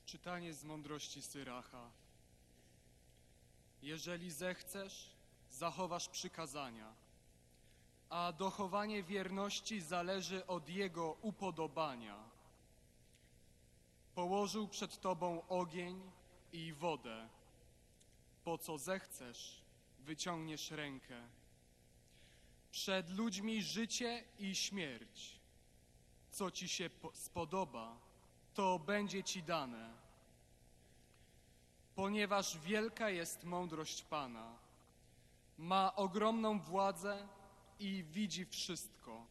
Czytanie z mądrości Syracha. Jeżeli zechcesz, zachowasz przykazania, a dochowanie wierności zależy od Jego upodobania. Położył przed Tobą ogień i wodę. Po co zechcesz, wyciągniesz rękę. Przed ludźmi życie i śmierć. Co Ci się spodoba, to będzie Ci dane. Ponieważ wielka jest mądrość Pana, ma ogromną władzę i widzi wszystko.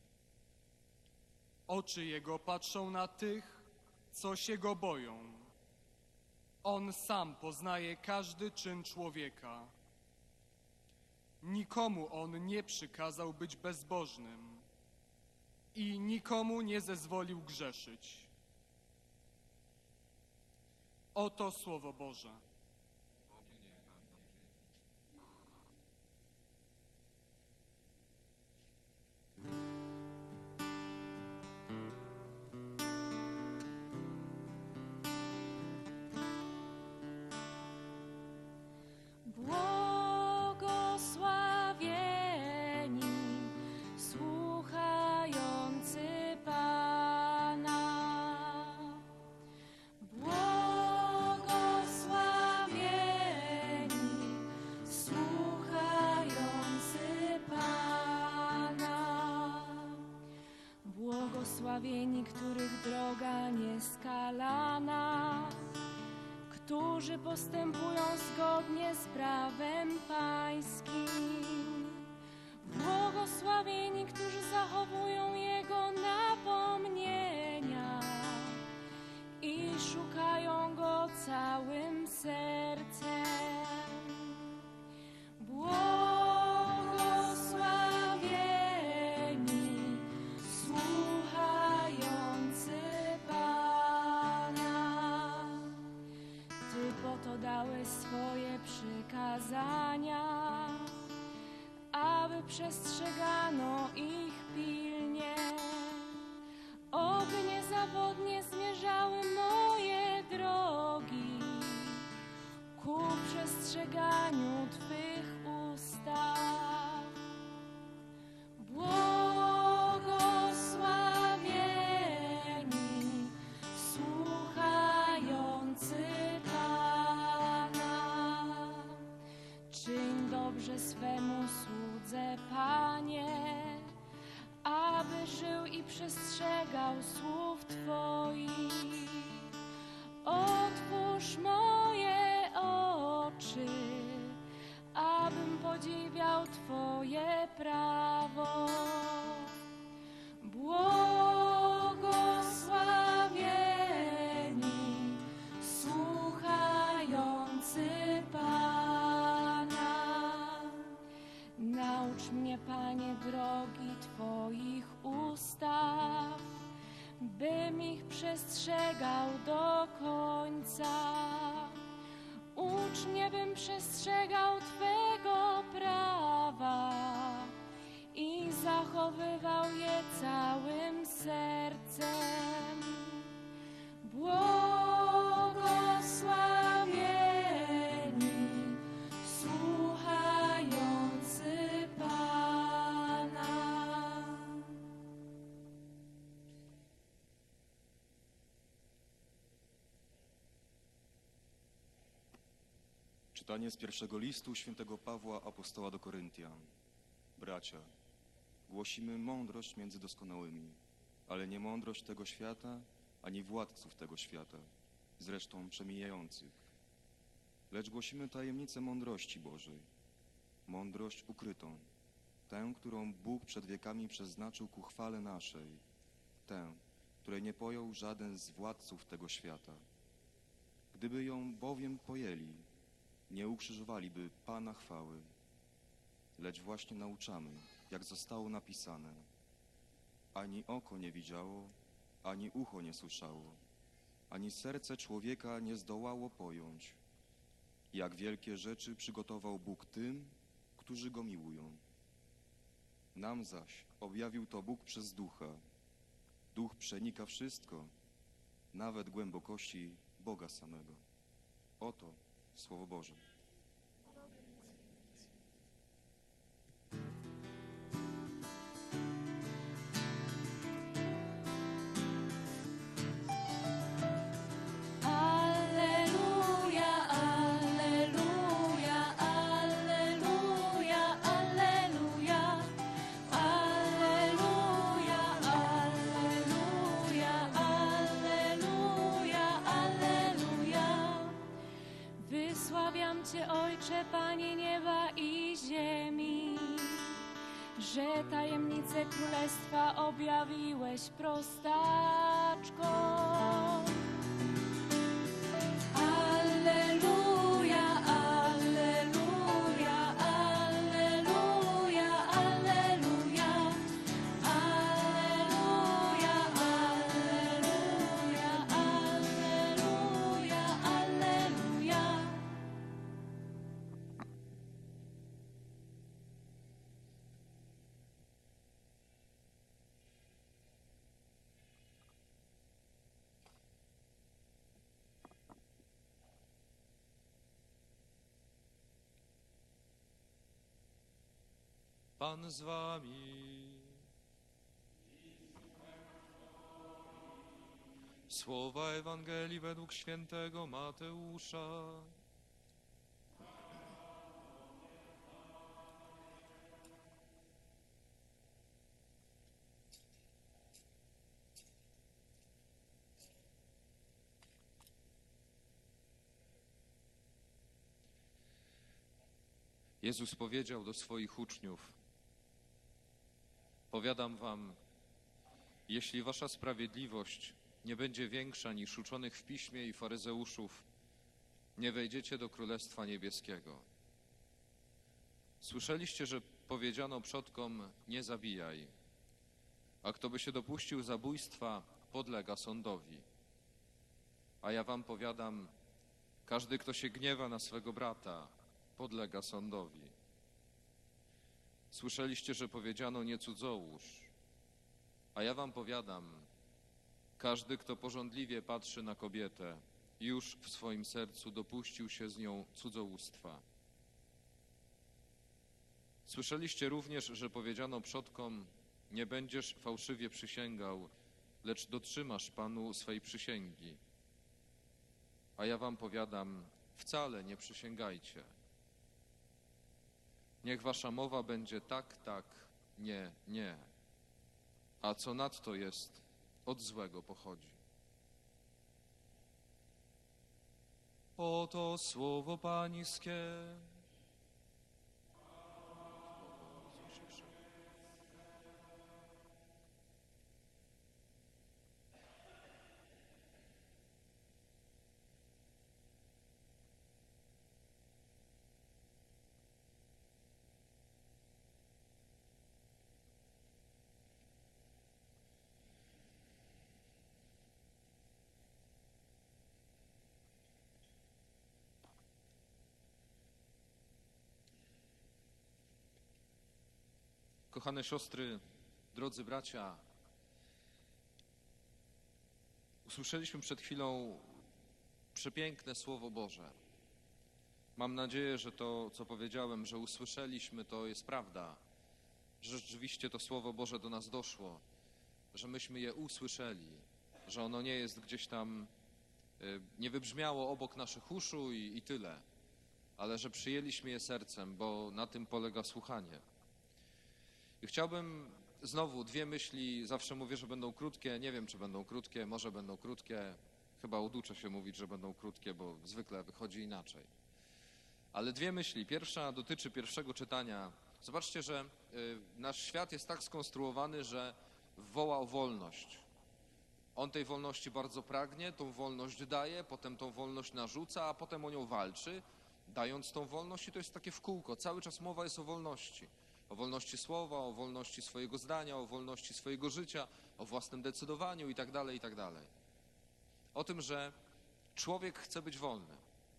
Oczy Jego patrzą na tych, co się Go boją. On sam poznaje każdy czyn człowieka. Nikomu On nie przykazał być bezbożnym i nikomu nie zezwolił grzeszyć. Oto Słowo Boże. Błogosławieni słuchający Pana. Błogosławieni słuchający Pana. Błogosławieni, których droga nieskalana, którzy postępują zgodnie z prawem Pańskim. Błogosławieni, którzy zachowują Jego napomnienia i szukają Go całym sercem. Błogosławieni słuchający Pana. Ty po to dałeś swoje przykazania, aby przestrzegano ich pilnie. Oby niezawodnie zmierzały moje drogi ku przestrzeganiu Twych ustaw. Błogosławieni słuchający Pana. Czyń dobrze swemu słudze, Panie, aby żył i przestrzegał słów Twoich. Otwórz moje oczy, abym podziwiał Twoje prawo. Błogosławieni słuchający Pana. Naucz mnie, Panie, drogi Twoich ustaw, bym ich przestrzegał do końca. Ucz mnie, bym przestrzegał Twego prawa i zachowywał je całym sercem. Błogosławieni słuchający Pana. Czytanie z pierwszego listu świętego Pawła apostoła do Koryntian. Bracia, głosimy mądrość między doskonałymi, ale nie mądrość tego świata, ani władców tego świata, zresztą przemijających. Lecz głosimy tajemnicę mądrości Bożej, mądrość ukrytą, tę, którą Bóg przed wiekami przeznaczył ku chwale naszej, tę, której nie pojął żaden z władców tego świata. Gdyby ją bowiem pojęli, nie ukrzyżowaliby Pana chwały. Lecz właśnie nauczamy, jak zostało napisane: ani oko nie widziało, ani ucho nie słyszało, ani serce człowieka nie zdołało pojąć, jak wielkie rzeczy przygotował Bóg tym, którzy Go miłują. Nam zaś objawił to Bóg przez Ducha. Duch przenika wszystko, nawet głębokości Boga samego. Oto Słowo Boże. Alleluja, alleluja, alleluja, alleluja. Alleluja, alleluja, alleluja, alleluja. Wysławiam Cię, Ojcze, Panie nieba i ziemi, że tajemnice Królestwa objawiłeś prostaczkom. Alleluja, alleluja, alleluja, alleluja. Alleluja, alleluja, alleluja, alleluja. Pan z wami. Słowa Ewangelii według świętego Mateusza. Jezus powiedział do swoich uczniów: powiadam wam, jeśli wasza sprawiedliwość nie będzie większa niż uczonych w piśmie i faryzeuszów, nie wejdziecie do Królestwa Niebieskiego. Słyszeliście, że powiedziano przodkom: nie zabijaj, a kto by się dopuścił zabójstwa, podlega sądowi. A ja wam powiadam, każdy, kto się gniewa na swego brata, podlega sądowi. Słyszeliście, że powiedziano: nie cudzołóż, a ja wam powiadam, każdy, kto pożądliwie patrzy na kobietę, już w swoim sercu dopuścił się z nią cudzołóstwa. Słyszeliście również, że powiedziano przodkom: nie będziesz fałszywie przysięgał, lecz dotrzymasz Panu swej przysięgi. A ja wam powiadam, wcale nie przysięgajcie. Niech wasza mowa będzie tak, tak, nie, nie. A co nadto jest, od złego pochodzi. Oto słowo Pańskie. Kochane siostry, drodzy bracia, usłyszeliśmy przed chwilą przepiękne Słowo Boże. Mam nadzieję, że to, co powiedziałem, że usłyszeliśmy, to jest prawda, że rzeczywiście to Słowo Boże do nas doszło, że myśmy je usłyszeli, że ono nie jest gdzieś tam, nie wybrzmiało obok naszych uszu i tyle, ale że przyjęliśmy je sercem, bo na tym polega słuchanie. I chciałbym znowu dwie myśli, zawsze mówię, że będą krótkie, nie wiem, czy będą krótkie, może będą krótkie, chyba oduczę się mówić, że będą krótkie, bo zwykle wychodzi inaczej. Ale dwie myśli. Pierwsza dotyczy pierwszego czytania. Zobaczcie, że nasz świat jest tak skonstruowany, że woła o wolność. On tej wolności bardzo pragnie, tą wolność daje, potem tą wolność narzuca, a potem o nią walczy, dając tą wolność, i to jest takie w kółko. Cały czas mowa jest o wolności. O wolności słowa, o wolności swojego zdania, o wolności swojego życia, o własnym decydowaniu itd., itd. O tym, że człowiek chce być wolny.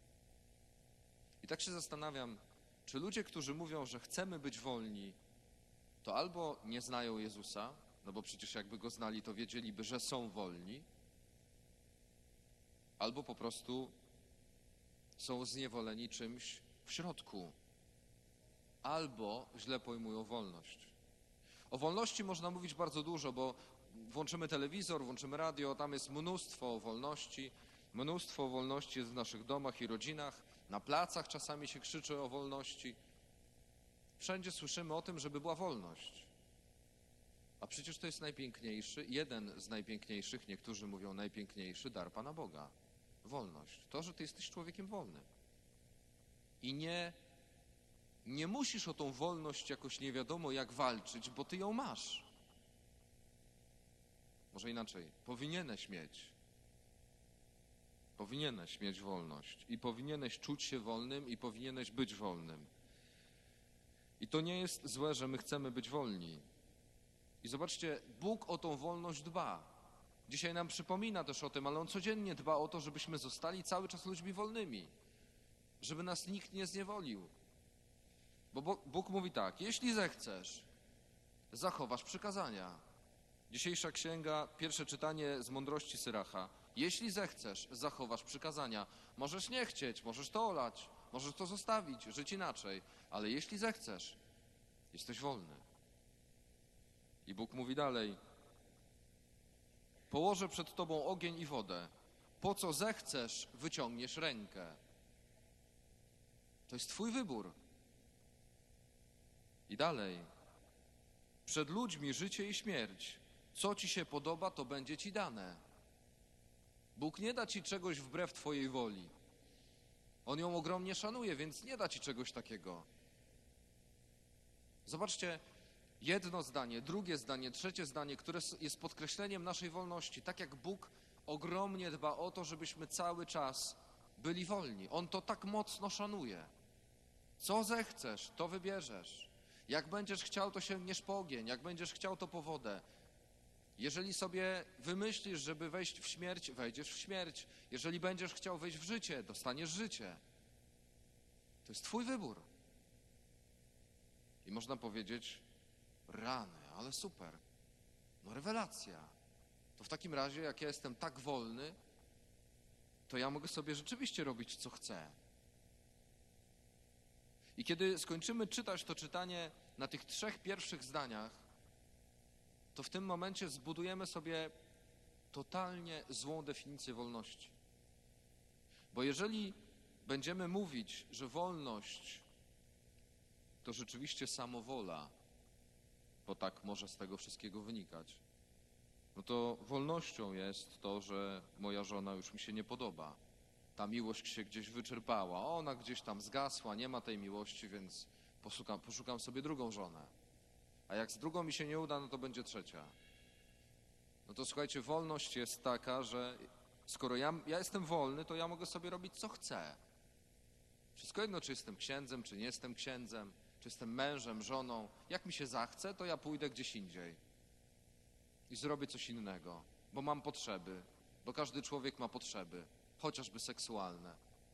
I tak się zastanawiam, czy ludzie, którzy mówią, że chcemy być wolni, to albo nie znają Jezusa, no bo przecież jakby Go znali, to wiedzieliby, że są wolni, albo po prostu są zniewoleni czymś w środku, albo źle pojmują wolność. O wolności można mówić bardzo dużo, bo włączymy telewizor, włączymy radio, tam jest mnóstwo wolności. Mnóstwo wolności jest w naszych domach i rodzinach. Na placach czasami się krzyczy o wolności. Wszędzie słyszymy o tym, żeby była wolność. A przecież to jest najpiękniejszy, jeden z najpiękniejszych, niektórzy mówią najpiękniejszy dar Pana Boga. Wolność. To, że ty jesteś człowiekiem wolnym. I nie musisz o tą wolność jakoś nie wiadomo jak walczyć, bo ty ją masz. Może inaczej, powinieneś mieć. Powinieneś mieć wolność i powinieneś czuć się wolnym i powinieneś być wolnym. I to nie jest złe, że my chcemy być wolni. I zobaczcie, Bóg o tą wolność dba. Dzisiaj nam przypomina też o tym, ale On codziennie dba o to, żebyśmy zostali cały czas ludźmi wolnymi. Żeby nas nikt nie zniewolił. Bo Bóg mówi tak, jeśli zechcesz, zachowasz przykazania. Dzisiejsza księga, pierwsze czytanie z mądrości Syracha. Jeśli zechcesz, zachowasz przykazania. Możesz nie chcieć, możesz to olać, możesz to zostawić, żyć inaczej, ale jeśli zechcesz, jesteś wolny. I Bóg mówi dalej. Położę przed tobą ogień i wodę. Po co zechcesz, wyciągniesz rękę. To jest twój wybór. I dalej. Przed ludźmi życie i śmierć. Co ci się podoba, to będzie ci dane. Bóg nie da ci czegoś wbrew twojej woli. On ją ogromnie szanuje, więc nie da ci czegoś takiego. Zobaczcie, jedno zdanie, drugie zdanie, trzecie zdanie, które jest podkreśleniem naszej wolności. Tak jak Bóg ogromnie dba o to, żebyśmy cały czas byli wolni. On to tak mocno szanuje. Co zechcesz, to wybierzesz. Jak będziesz chciał, to sięgniesz po ogień. Jak będziesz chciał, to po wodę. Jeżeli sobie wymyślisz, żeby wejść w śmierć, wejdziesz w śmierć. Jeżeli będziesz chciał wejść w życie, dostaniesz życie. To jest twój wybór. I można powiedzieć, rany, ale super. No rewelacja. To w takim razie, jak ja jestem tak wolny, to ja mogę sobie rzeczywiście robić, co chcę. I kiedy skończymy czytać to czytanie na tych 3 pierwszych zdaniach, to w tym momencie zbudujemy sobie totalnie złą definicję wolności. Bo jeżeli będziemy mówić, że wolność to rzeczywiście samowola, bo tak może z tego wszystkiego wynikać, no to wolnością jest to, że moja żona już mi się nie podoba. Ta miłość się gdzieś wyczerpała, ona gdzieś tam zgasła, nie ma tej miłości, więc poszukam sobie drugą żonę. A jak z drugą mi się nie uda, no to będzie trzecia. No to słuchajcie, wolność jest taka, że skoro ja jestem wolny, to ja mogę sobie robić co chcę. Wszystko jedno, czy jestem księdzem, czy nie jestem księdzem, czy jestem mężem, żoną. Jak mi się zachce, to ja pójdę gdzieś indziej i zrobię coś innego, bo mam potrzeby, bo każdy człowiek ma potrzeby, chociażby seksualne.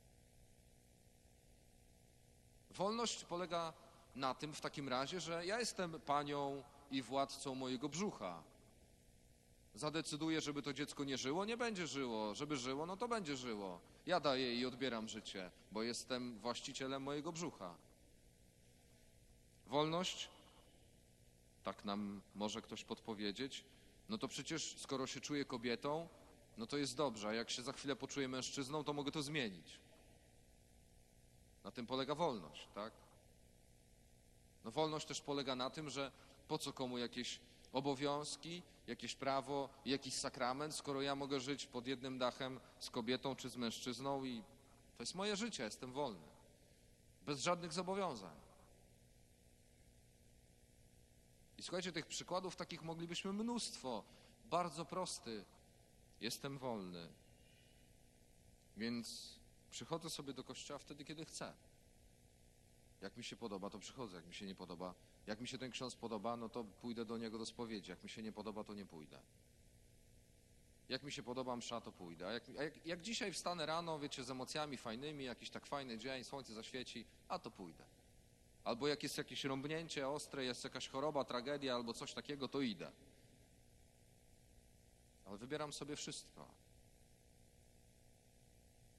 Wolność polega na tym w takim razie, że ja jestem panią i władcą mojego brzucha. Zadecyduję, żeby to dziecko nie żyło, nie będzie żyło. Żeby żyło, no to będzie żyło. Ja daję i odbieram życie, bo jestem właścicielem mojego brzucha. Wolność, tak nam może ktoś podpowiedzieć, no to przecież skoro się czuję kobietą, no to jest dobrze, a jak się za chwilę poczuję mężczyzną, to mogę to zmienić. Na tym polega wolność, tak? No wolność też polega na tym, że po co komu jakieś obowiązki, jakieś prawo, jakiś sakrament, skoro ja mogę żyć pod jednym dachem z kobietą czy z mężczyzną i to jest moje życie, jestem wolny. Bez żadnych zobowiązań. I słuchajcie, tych przykładów takich moglibyśmy mnóstwo. Bardzo prosty. Jestem wolny. Więc przychodzę sobie do kościoła wtedy, kiedy chcę. Jak mi się podoba, to przychodzę. Jak mi się nie podoba, jak mi się ten ksiądz podoba, no to pójdę do niego do spowiedzi. Jak mi się nie podoba, to nie pójdę. Jak mi się podoba msza, to pójdę. Jak dzisiaj wstanę rano, wiecie, z emocjami fajnymi, jakiś tak fajny dzień, słońce zaświeci, a to pójdę. Albo jak jest jakieś rąbnięcie ostre, jest jakaś choroba, tragedia albo coś takiego, to idę. Ale wybieram sobie wszystko.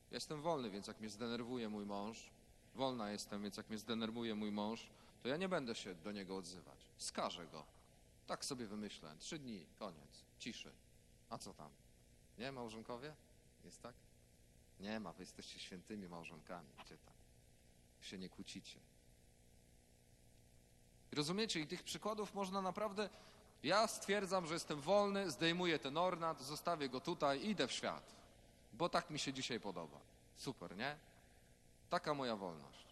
Jestem wolny, więc jak mnie zdenerwuje mój mąż, wolna jestem, więc jak mnie zdenerwuje mój mąż, to ja nie będę się do niego odzywać. Skażę go. Tak sobie wymyślę. 3 dni, koniec. Ciszy. A co tam? Nie, małżonkowie? Jest tak? Nie ma, wy jesteście świętymi małżonkami. Gdzie tam? Się nie kłócicie. Rozumiecie? I tych przykładów można naprawdę... Ja stwierdzam, że jestem wolny, zdejmuję ten ornat, zostawię go tutaj i idę w świat. Bo tak mi się dzisiaj podoba. Super, nie? Taka moja wolność.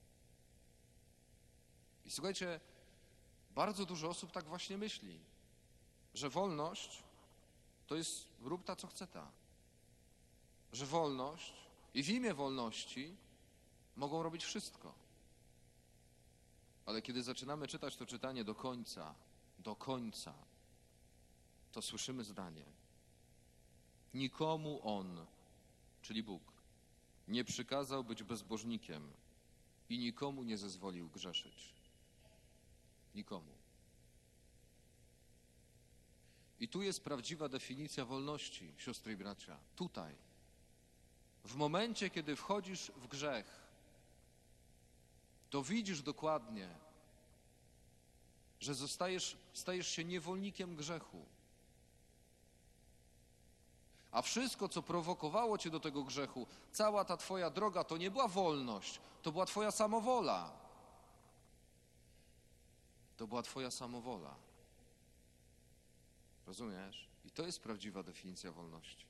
I słuchajcie, bardzo dużo osób tak właśnie myśli, że wolność to jest rób ta, co chce ta. Że wolność i w imię wolności mogą robić wszystko. Ale kiedy zaczynamy czytać to czytanie do końca, to słyszymy zdanie. Nikomu On, czyli Bóg, nie przykazał być bezbożnikiem i nikomu nie zezwolił grzeszyć. Nikomu. I tu jest prawdziwa definicja wolności, siostry i bracia. Tutaj. W momencie, kiedy wchodzisz w grzech, to widzisz dokładnie, że stajesz się niewolnikiem grzechu. A wszystko, co prowokowało cię do tego grzechu, cała ta twoja droga, to nie była wolność, to była twoja samowola. To była twoja samowola. Rozumiesz? I to jest prawdziwa definicja wolności.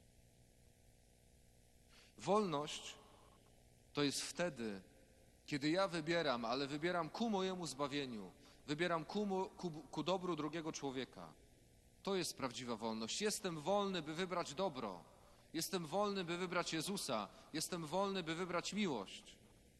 Wolność to jest wtedy, kiedy ja wybieram, ale wybieram ku mojemu zbawieniu, wybieram ku dobru drugiego człowieka. To jest prawdziwa wolność. Jestem wolny, by wybrać dobro. Jestem wolny, by wybrać Jezusa. Jestem wolny, by wybrać miłość.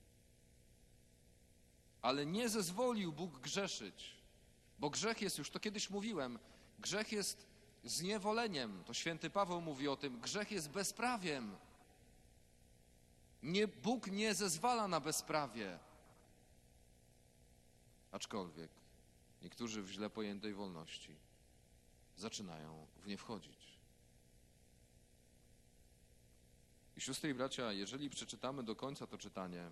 Ale nie zezwolił Bóg grzeszyć, bo grzech jest, już to kiedyś mówiłem, grzech jest zniewoleniem. To święty Paweł mówi o tym. Grzech jest bezprawiem. Bóg nie zezwala na bezprawie. Aczkolwiek niektórzy w źle pojętej wolności zaczynają w nie wchodzić. I siostry i bracia, jeżeli przeczytamy do końca to czytanie,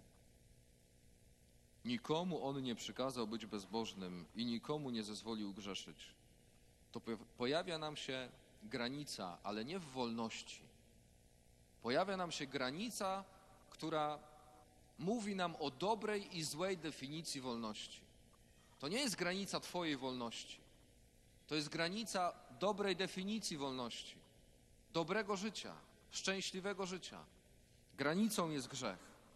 nikomu On nie przykazał być bezbożnym i nikomu nie zezwolił grzeszyć, to pojawia nam się granica, ale nie w wolności. Pojawia nam się granica, która mówi nam o dobrej i złej definicji wolności. To nie jest granica twojej wolności. To jest granica dobrej definicji wolności. Dobrego życia, szczęśliwego życia. Granicą jest grzech.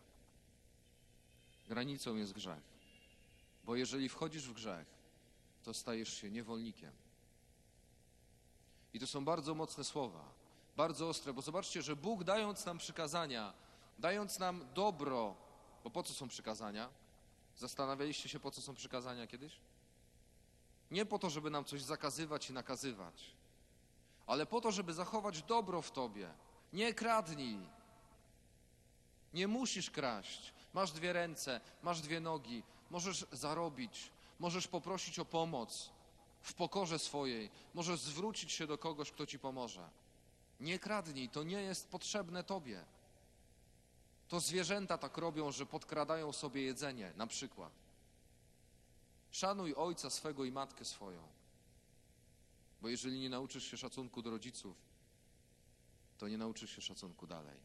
Granicą jest grzech. Bo jeżeli wchodzisz w grzech, to stajesz się niewolnikiem. I to są bardzo mocne słowa, bardzo ostre, bo zobaczcie, że Bóg dając nam przykazania, dając nam dobro, bo po co są przykazania? Zastanawialiście się, po co są przykazania kiedyś? Nie po to, żeby nam coś zakazywać i nakazywać, ale po to, żeby zachować dobro w tobie. Nie kradnij. Nie musisz kraść. Masz 2 ręce, masz 2 nogi, możesz zarobić, możesz poprosić o pomoc w pokorze swojej, możesz zwrócić się do kogoś, kto ci pomoże. Nie kradnij, to nie jest potrzebne tobie. To zwierzęta tak robią, że podkradają sobie jedzenie, na przykład. Szanuj ojca swego i matkę swoją, bo jeżeli nie nauczysz się szacunku do rodziców, to nie nauczysz się szacunku dalej.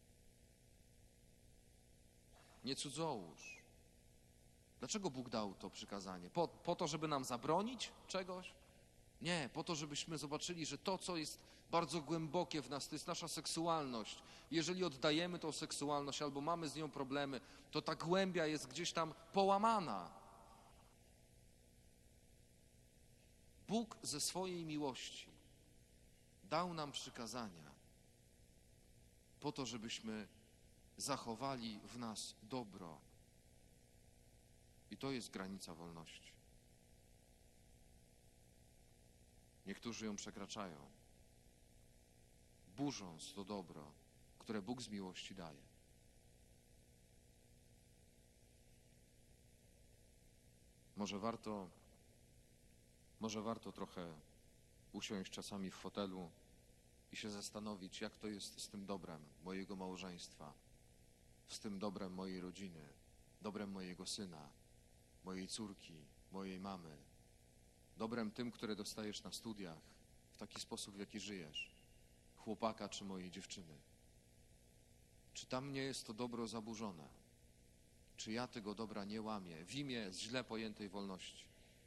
Nie cudzołóż. Dlaczego Bóg dał to przykazanie? Po to, żeby nam zabronić czegoś? Nie, po to, żebyśmy zobaczyli, że to, co jest bardzo głębokie w nas, to jest nasza seksualność. Jeżeli oddajemy tą seksualność albo mamy z nią problemy, to ta głębia jest gdzieś tam połamana. Bóg ze swojej miłości dał nam przykazania po to, żebyśmy zachowali w nas dobro. I to jest granica wolności. Niektórzy ją przekraczają, burząc to dobro, które Bóg z miłości daje. Może warto trochę usiąść czasami w fotelu i się zastanowić, jak to jest z tym dobrem mojego małżeństwa, z tym dobrem mojej rodziny, dobrem mojego syna, mojej córki, mojej mamy, dobrem tym, które dostajesz na studiach, w taki sposób, w jaki żyjesz, chłopaka czy mojej dziewczyny? Czy tam nie jest to dobro zaburzone? Czy ja tego dobra nie łamię w imię źle pojętej wolności?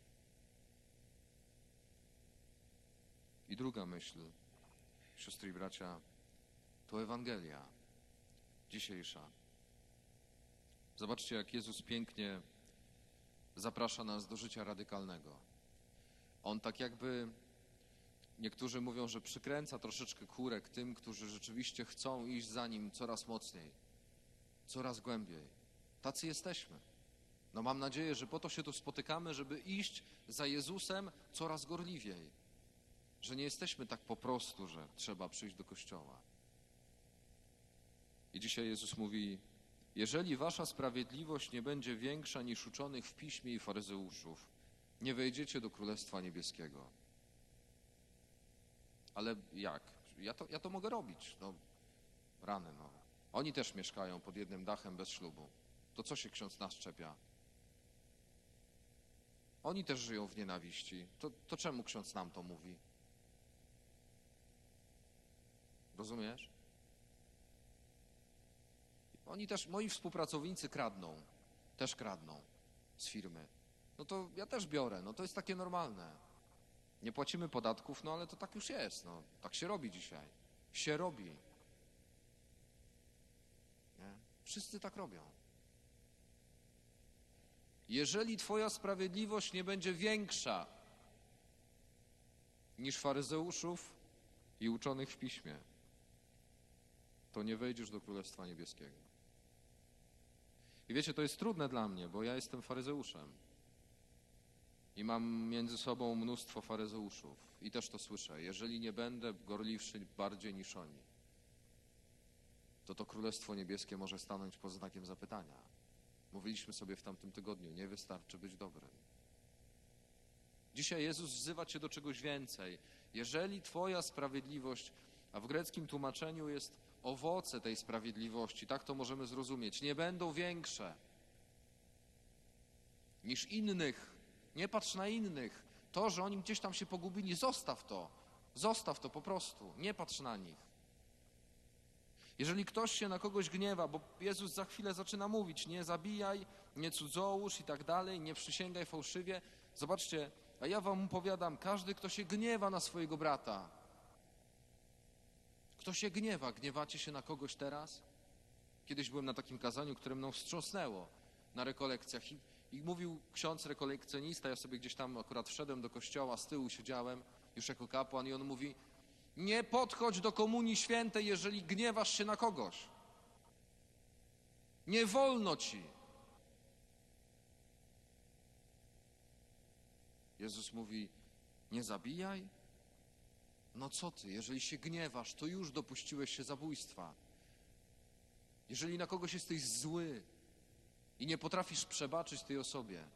I druga myśl, siostry i bracia, to Ewangelia dzisiejsza. Zobaczcie, jak Jezus pięknie zaprasza nas do życia radykalnego. On tak jakby, niektórzy mówią, że przykręca troszeczkę kurek tym, którzy rzeczywiście chcą iść za Nim coraz mocniej, coraz głębiej. Tacy jesteśmy. No mam nadzieję, że po to się tu spotykamy, żeby iść za Jezusem coraz gorliwiej. Że nie jesteśmy tak po prostu, że trzeba przyjść do kościoła. I dzisiaj Jezus mówi: jeżeli wasza sprawiedliwość nie będzie większa niż uczonych w piśmie i faryzeuszów, nie wejdziecie do Królestwa Niebieskiego. Ale jak? Ja to mogę robić. No, rany, no. Oni też mieszkają pod jednym dachem bez ślubu. To co się ksiądz nas czepia? Oni też żyją w nienawiści. To czemu ksiądz nam to mówi? Rozumiesz? Oni też, moi współpracownicy kradną. Też kradną z firmy. No to ja też biorę. No to jest takie normalne. Nie płacimy podatków, no ale to tak już jest. No, tak się robi dzisiaj. Się robi. Nie? Wszyscy tak robią. Jeżeli twoja sprawiedliwość nie będzie większa niż faryzeuszów i uczonych w piśmie, to nie wejdziesz do Królestwa Niebieskiego. I wiecie, to jest trudne dla mnie, bo ja jestem faryzeuszem. I mam między sobą mnóstwo faryzeuszów. I też to słyszę. Jeżeli nie będę gorliwszy bardziej niż oni, to Królestwo Niebieskie może stanąć pod znakiem zapytania. Mówiliśmy sobie w tamtym tygodniu, nie wystarczy być dobrym. Dzisiaj Jezus wzywa cię do czegoś więcej. Jeżeli twoja sprawiedliwość, a w greckim tłumaczeniu jest owoce tej sprawiedliwości, tak to możemy zrozumieć, nie będą większe niż innych. Nie patrz na innych. To, że oni gdzieś tam się pogubili, zostaw to. Zostaw to po prostu. Nie patrz na nich. Jeżeli ktoś się na kogoś gniewa, bo Jezus za chwilę zaczyna mówić, nie zabijaj, nie cudzołóż i tak dalej, nie przysięgaj fałszywie. Zobaczcie, a ja wam powiadam, każdy, kto się gniewa na swojego brata, kto się gniewa, gniewacie się na kogoś teraz? Kiedyś byłem na takim kazaniu, które mną wstrząsnęło na rekolekcjach i mówił ksiądz rekolekcjonista, ja sobie gdzieś tam akurat wszedłem do kościoła, z tyłu siedziałem już jako kapłan i on mówi: nie podchodź do Komunii Świętej, jeżeli gniewasz się na kogoś. Nie wolno ci. Jezus mówi: nie zabijaj? No co ty, jeżeli się gniewasz, to już dopuściłeś się zabójstwa. Jeżeli na kogoś jesteś zły i nie potrafisz przebaczyć tej osobie,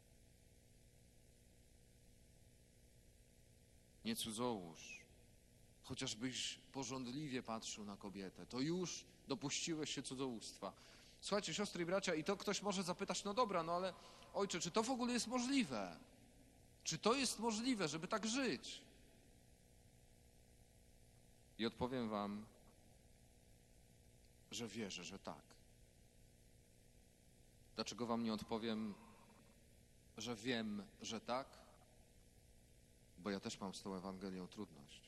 nie cudzołóż. Chociażbyś pożądliwie patrzył na kobietę, to już dopuściłeś się cudzołóstwa. Słuchajcie, siostry i bracia, i to ktoś może zapytać, no dobra, no ale ojcze, czy to w ogóle jest możliwe? Czy to jest możliwe, żeby tak żyć? I odpowiem wam, że wierzę, że tak. Dlaczego wam nie odpowiem, że wiem, że tak? Bo ja też mam z tą Ewangelią trudność.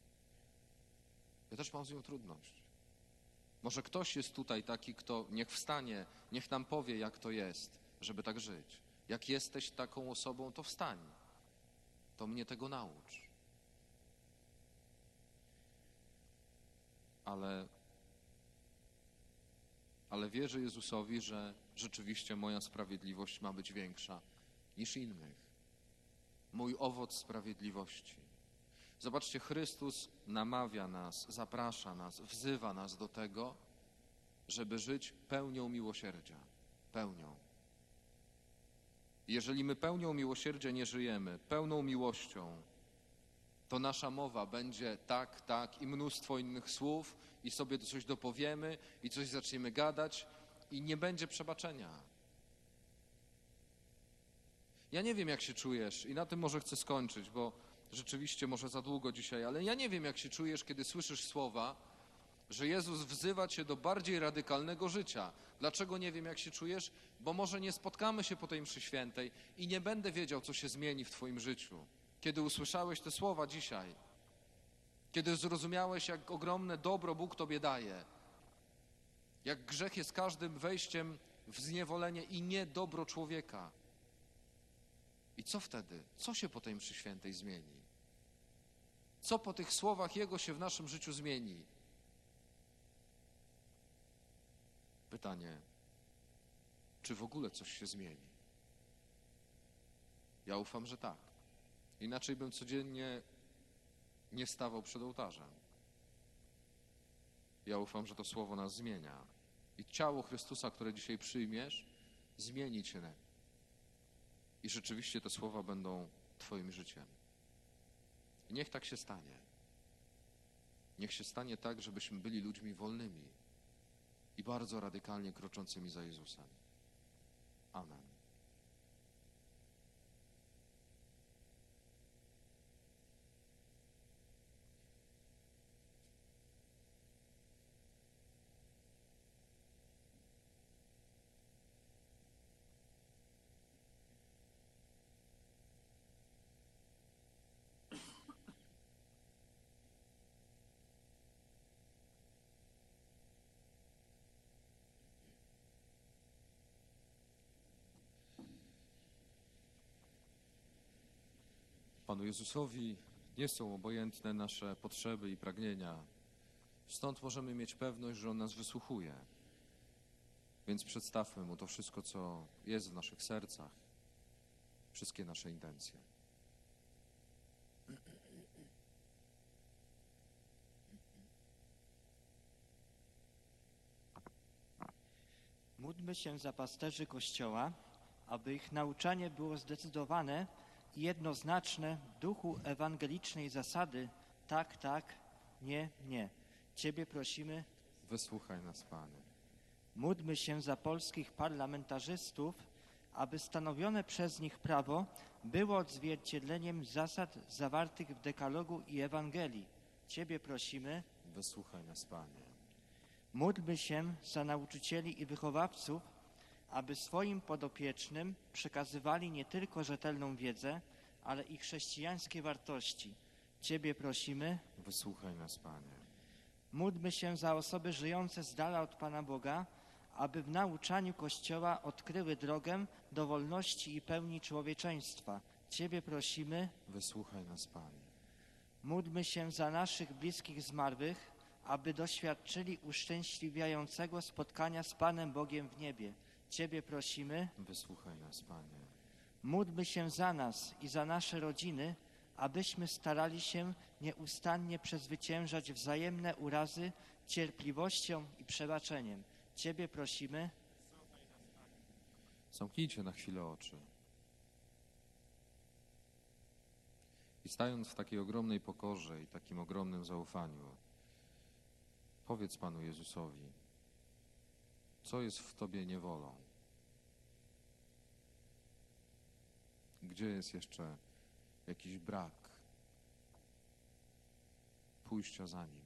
Ja też mam z nią trudność. Może ktoś jest tutaj taki, kto niech wstanie, niech nam powie, jak to jest, żeby tak żyć. Jak jesteś taką osobą, to wstań. To mnie tego naucz. Ale wierzę Jezusowi, że rzeczywiście moja sprawiedliwość ma być większa niż innych. Mój owoc sprawiedliwości. Zobaczcie, Chrystus namawia nas, zaprasza nas, wzywa nas do tego, żeby żyć pełnią miłosierdzia. Pełnią. Jeżeli my pełnią miłosierdzia nie żyjemy, pełną miłością, to nasza mowa będzie tak, tak i mnóstwo innych słów i sobie coś dopowiemy i coś zaczniemy gadać i nie będzie przebaczenia. Ja nie wiem, jak się czujesz i na tym może chcę skończyć, bo rzeczywiście może za długo dzisiaj, ale ja nie wiem, jak się czujesz, kiedy słyszysz słowa, że Jezus wzywa cię do bardziej radykalnego życia. Dlaczego nie wiem, jak się czujesz? Bo może nie spotkamy się po tej mszy świętej i nie będę wiedział, co się zmieni w twoim życiu. Kiedy usłyszałeś te słowa dzisiaj, kiedy zrozumiałeś, jak ogromne dobro Bóg tobie daje, jak grzech jest każdym wejściem w zniewolenie i niedobro człowieka. I co wtedy? Co się po tej mszy świętej zmieni? Co po tych słowach Jego się w naszym życiu zmieni? Pytanie, czy w ogóle coś się zmieni? Ja ufam, że tak. Inaczej bym codziennie nie stawał przed ołtarzem. Ja ufam, że to słowo nas zmienia. I ciało Chrystusa, które dzisiaj przyjmiesz, zmieni cię. I rzeczywiście te słowa będą twoim życiem. I niech tak się stanie. Niech się stanie tak, żebyśmy byli ludźmi wolnymi i bardzo radykalnie kroczącymi za Jezusem. Amen. Panu Jezusowi nie są obojętne nasze potrzeby i pragnienia. Stąd możemy mieć pewność, że On nas wysłuchuje. Więc przedstawmy Mu to wszystko, co jest w naszych sercach, wszystkie nasze intencje. Módlmy się za pasterzy Kościoła, aby ich nauczanie było zdecydowane i jednoznaczne w duchu ewangelicznej zasady tak, tak, nie, nie. Ciebie prosimy. Wysłuchaj nas, Panie. Módlmy się za polskich parlamentarzystów, aby stanowione przez nich prawo było odzwierciedleniem zasad zawartych w dekalogu i Ewangelii. Ciebie prosimy. Wysłuchaj nas, Panie. Módlmy się za nauczycieli i wychowawców, aby swoim podopiecznym przekazywali nie tylko rzetelną wiedzę, ale i chrześcijańskie wartości. Ciebie prosimy. Wysłuchaj nas, Panie. Módlmy się za osoby żyjące z dala od Pana Boga, aby w nauczaniu Kościoła odkryły drogę do wolności i pełni człowieczeństwa. Ciebie prosimy. Wysłuchaj nas, Panie. Módlmy się za naszych bliskich zmarłych, aby doświadczyli uszczęśliwiającego spotkania z Panem Bogiem w niebie. Ciebie prosimy. Wysłuchaj nas, Panie. Módlmy się za nas i za nasze rodziny, abyśmy starali się nieustannie przezwyciężać wzajemne urazy cierpliwością i przebaczeniem. Ciebie prosimy. Zamknijcie na chwilę oczy. I stając w takiej ogromnej pokorze i takim ogromnym zaufaniu, powiedz Panu Jezusowi, co jest w Tobie niewolą? Gdzie jest jeszcze jakiś brak pójścia za Nim?